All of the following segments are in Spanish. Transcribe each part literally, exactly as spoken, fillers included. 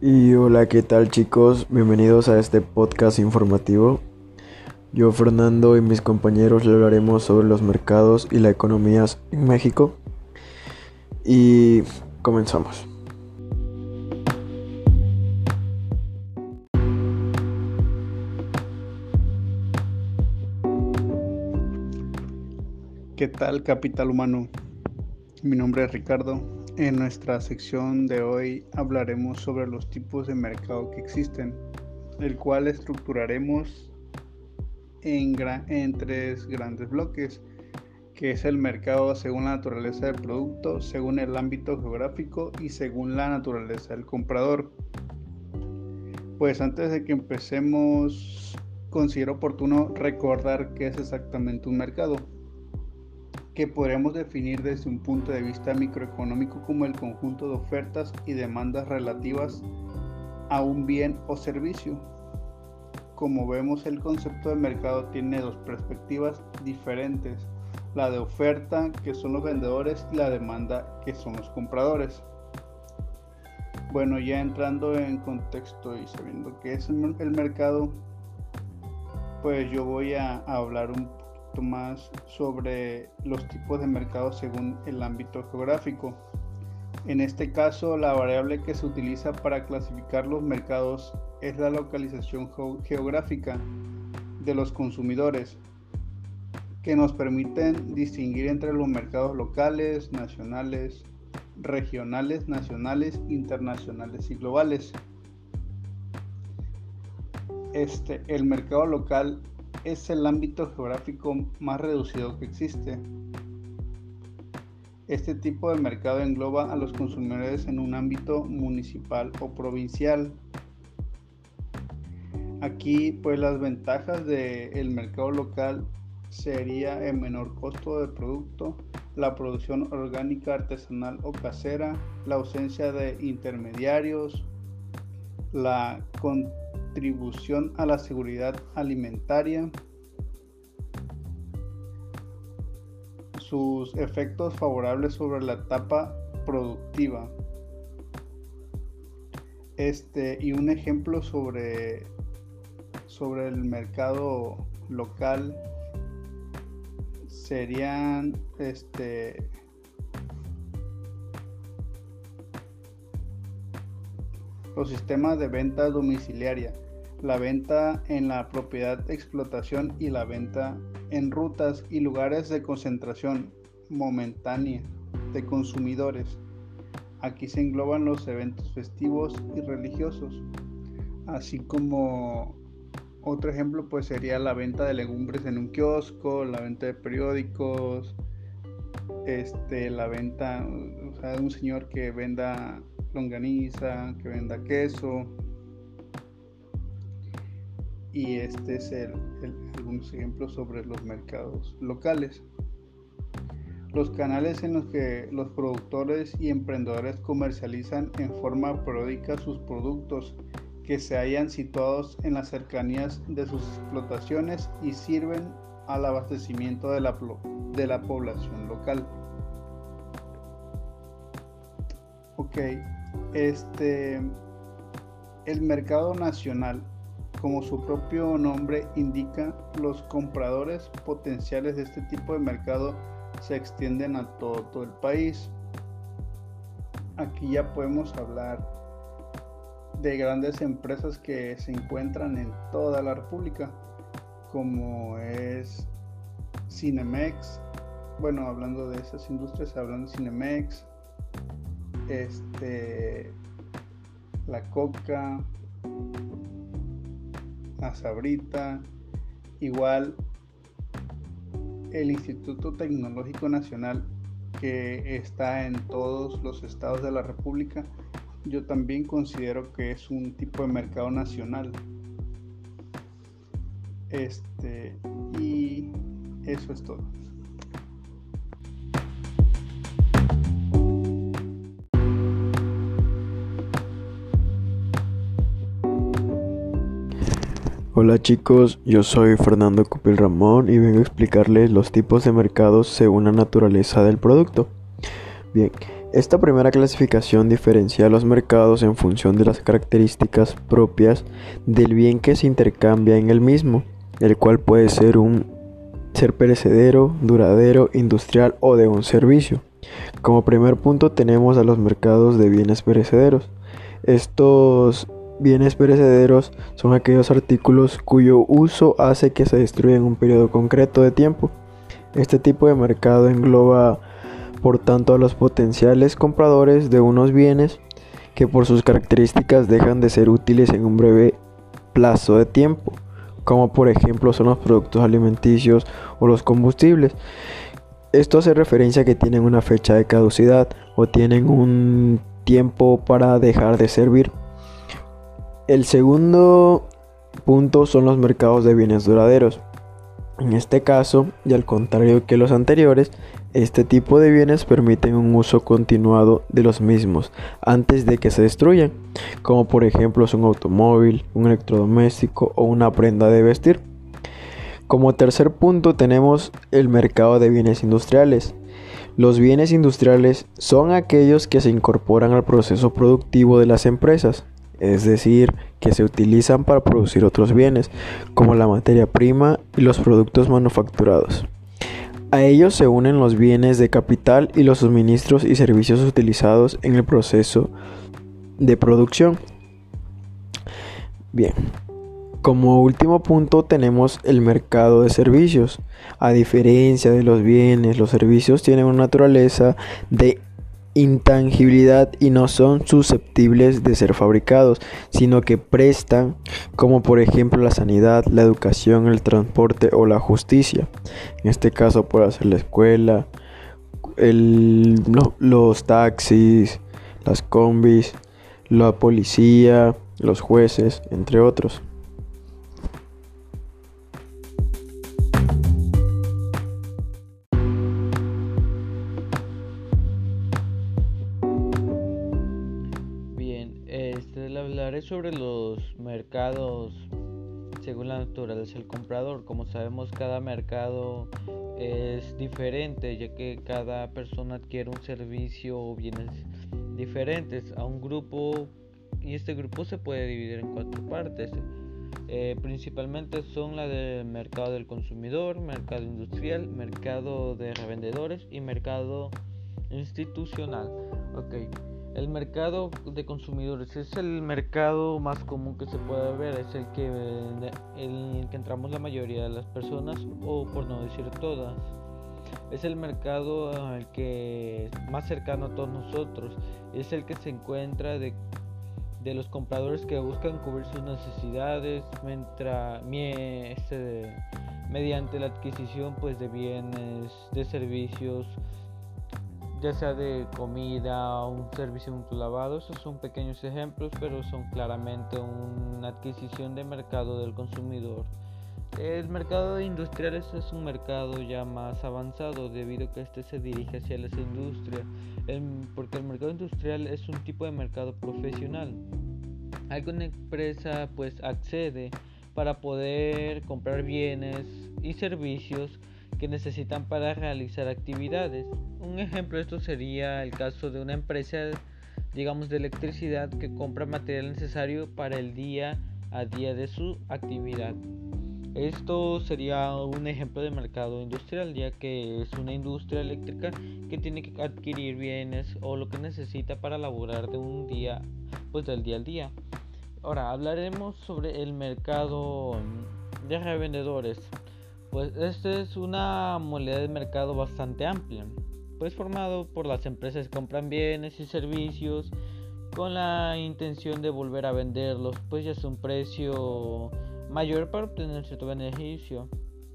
Y hola, ¿qué tal chicos? Bienvenidos a este podcast informativo. Yo, Fernando, y mis compañeros le hablaremos sobre los mercados y la economía en México. Y comenzamos. ¿Qué tal, capital humano? Mi nombre es Ricardo. En nuestra sección de hoy hablaremos sobre los tipos de mercado que existen, el cual estructuraremos en, gra- en tres grandes bloques, que es el mercado según la naturaleza del producto, según el ámbito geográfico y según la naturaleza del comprador. Pues antes de que empecemos, considero oportuno recordar qué es exactamente un mercado, que podríamos definir desde un punto de vista microeconómico como el conjunto de ofertas y demandas relativas a un bien o servicio. Como vemos, el concepto de mercado tiene dos perspectivas diferentes: la de oferta, que son los vendedores, y la demanda, que son los compradores. Bueno, ya entrando en contexto y sabiendo qué es el mercado, pues yo voy a hablar un más sobre los tipos de mercados según el ámbito geográfico. En este caso, la variable que se utiliza para clasificar los mercados es la localización geográfica de los consumidores, que nos permiten distinguir entre los mercados locales, nacionales, regionales, nacionales, internacionales y globales. Este, el mercado local es el ámbito geográfico más reducido que existe. Este tipo de mercado engloba a los consumidores en un ámbito municipal o provincial. Aquí, pues, las ventajas del mercado local sería el menor costo del producto, la producción orgánica, artesanal o casera, la ausencia de intermediarios, la contribución a la seguridad alimentaria, sus efectos favorables sobre la etapa productiva. Este, y un ejemplo sobre, sobre el mercado local serían este, los sistemas de venta domiciliaria, la venta en la propiedad de explotación y la venta en rutas y lugares de concentración momentánea de consumidores. Aquí se engloban los eventos festivos y religiosos, así como otro ejemplo pues sería la venta de legumbres en un kiosco, la venta de periódicos, este, la venta, o sea, de un señor que venda longaniza, que venda queso. Y este es el, el, algunos ejemplos sobre los mercados locales. Los canales en los que los productores y emprendedores comercializan en forma periódica sus productos que se hallan situados en las cercanías de sus explotaciones y sirven al abastecimiento de la, de la población local. Ok, este, el mercado nacional, como su propio nombre indica, los compradores potenciales de este tipo de mercado se extienden a todo, todo el país. Aquí ya podemos hablar de grandes empresas que se encuentran en toda la República, como es Cinemex. Bueno, hablando de esas industrias, hablando de Cinemex, este, la Coca, la Sabrita, igual el Instituto Tecnológico Nacional, que está en todos los estados de la República. Yo también considero que es un tipo de mercado nacional. Este, y eso es todo. Hola chicos, yo soy Fernando Cupil Ramón y vengo a explicarles los tipos de mercados según la naturaleza del producto. Bien, Esta primera clasificación diferencia los mercados en función de las características propias del bien que se intercambia en el mismo, el cual puede ser un ser perecedero, duradero, industrial o de un servicio. Como primer punto tenemos a los mercados de bienes perecederos. Estos bienes perecederos son aquellos artículos cuyo uso hace que se destruya en un periodo concreto de tiempo. Este tipo de mercado engloba, por tanto, a los potenciales compradores de unos bienes que por sus características dejan de ser útiles en un breve plazo de tiempo, como por ejemplo son los productos alimenticios o los combustibles. Esto hace referencia a que tienen una fecha de caducidad o tienen un tiempo para dejar de servir. El segundo punto son los mercados de bienes duraderos. En este caso, y al contrario que los anteriores, este tipo de bienes permiten un uso continuado de los mismos antes de que se destruyan, como por ejemplo es un automóvil, un electrodoméstico o una prenda de vestir. Como tercer punto tenemos el mercado de bienes industriales. Los bienes industriales son aquellos que se incorporan al proceso productivo de las empresas, es decir, que se utilizan para producir otros bienes, como la materia prima y los productos manufacturados. A ellos se unen los bienes de capital y los suministros y servicios utilizados en el proceso de producción. Bien, como último punto tenemos el mercado de servicios. A diferencia de los bienes, los servicios tienen una naturaleza de intangibilidad y no son susceptibles de ser fabricados, sino que prestan, como por ejemplo la sanidad, la educación, el transporte o la justicia. En este caso puede ser la escuela, el, no, los taxis, las combis, la policía, los jueces, entre otros. Este, hablaré sobre los mercados según la naturaleza del comprador. Como sabemos, cada mercado es diferente, ya que cada persona adquiere un servicio o bienes diferentes a un grupo, y este grupo se puede dividir en cuatro partes. Eh, principalmente son la del mercado del consumidor, mercado industrial, mercado de revendedores y mercado institucional. Okay. El mercado de consumidores es el mercado más común que se puede ver, es el que, en el que entramos la mayoría de las personas, o por no decir todas. Es el mercado al que más cercano a todos nosotros, es el que se encuentra de, de los compradores que buscan cubrir sus necesidades mientras, este, mediante la adquisición pues, de bienes, de servicios, ya sea de comida, un servicio de lavado. Esos son pequeños ejemplos, pero son claramente una adquisición de mercado del consumidor. El mercado de industriales es un mercado ya más avanzado, debido a que este se dirige hacia las industrias, el, porque el mercado industrial es un tipo de mercado profesional. Alguna empresa pues accede para poder comprar bienes y servicios que necesitan para realizar actividades. Un ejemplo de esto sería el caso de una empresa, digamos, de electricidad, que compra material necesario para el día a día de su actividad. Esto sería un ejemplo de mercado industrial, ya que es una industria eléctrica que tiene que adquirir bienes o lo que necesita para laborar de un día, pues del día al día. Ahora hablaremos sobre el mercado de revendedores. Pues este es una modalidad de mercado bastante amplia, pues formado por las empresas que compran bienes y servicios con la intención de volver a venderlos, pues ya es un precio mayor para obtener cierto beneficio.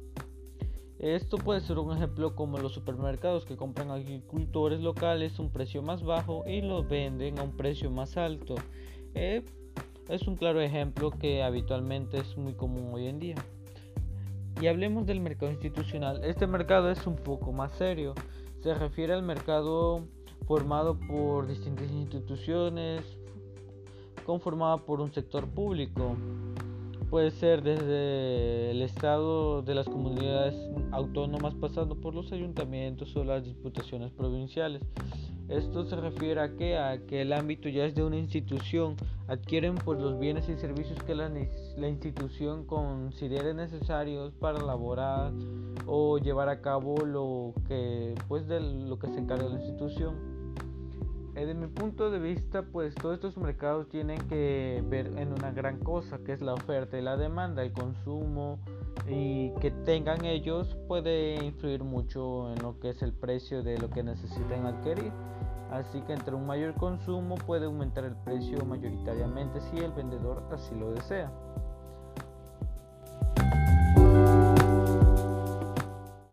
Esto puede ser un ejemplo como los supermercados, que compran agricultores locales a un precio más bajo y los venden a un precio más alto. Eh, es un claro ejemplo que habitualmente es muy común hoy en día. Y hablemos del mercado institucional. Este mercado es un poco más serio. Se refiere al mercado formado por distintas instituciones, conformado por un sector público. Puede ser desde el Estado, de las comunidades autónomas, pasando por los ayuntamientos o las diputaciones provinciales. Esto se refiere a que, a que el ámbito ya es de una institución, adquieren pues los bienes y servicios que la, la institución considere necesarios para elaborar o llevar a cabo lo que pues de lo que se encarga la institución. Desde mi punto de vista, pues todos estos mercados tienen que ver en una gran cosa, que es la oferta y la demanda, el consumo, y que tengan ellos puede influir mucho en lo que es el precio de lo que necesiten adquirir. Así que entre un mayor consumo puede aumentar el precio mayoritariamente si el vendedor así lo desea.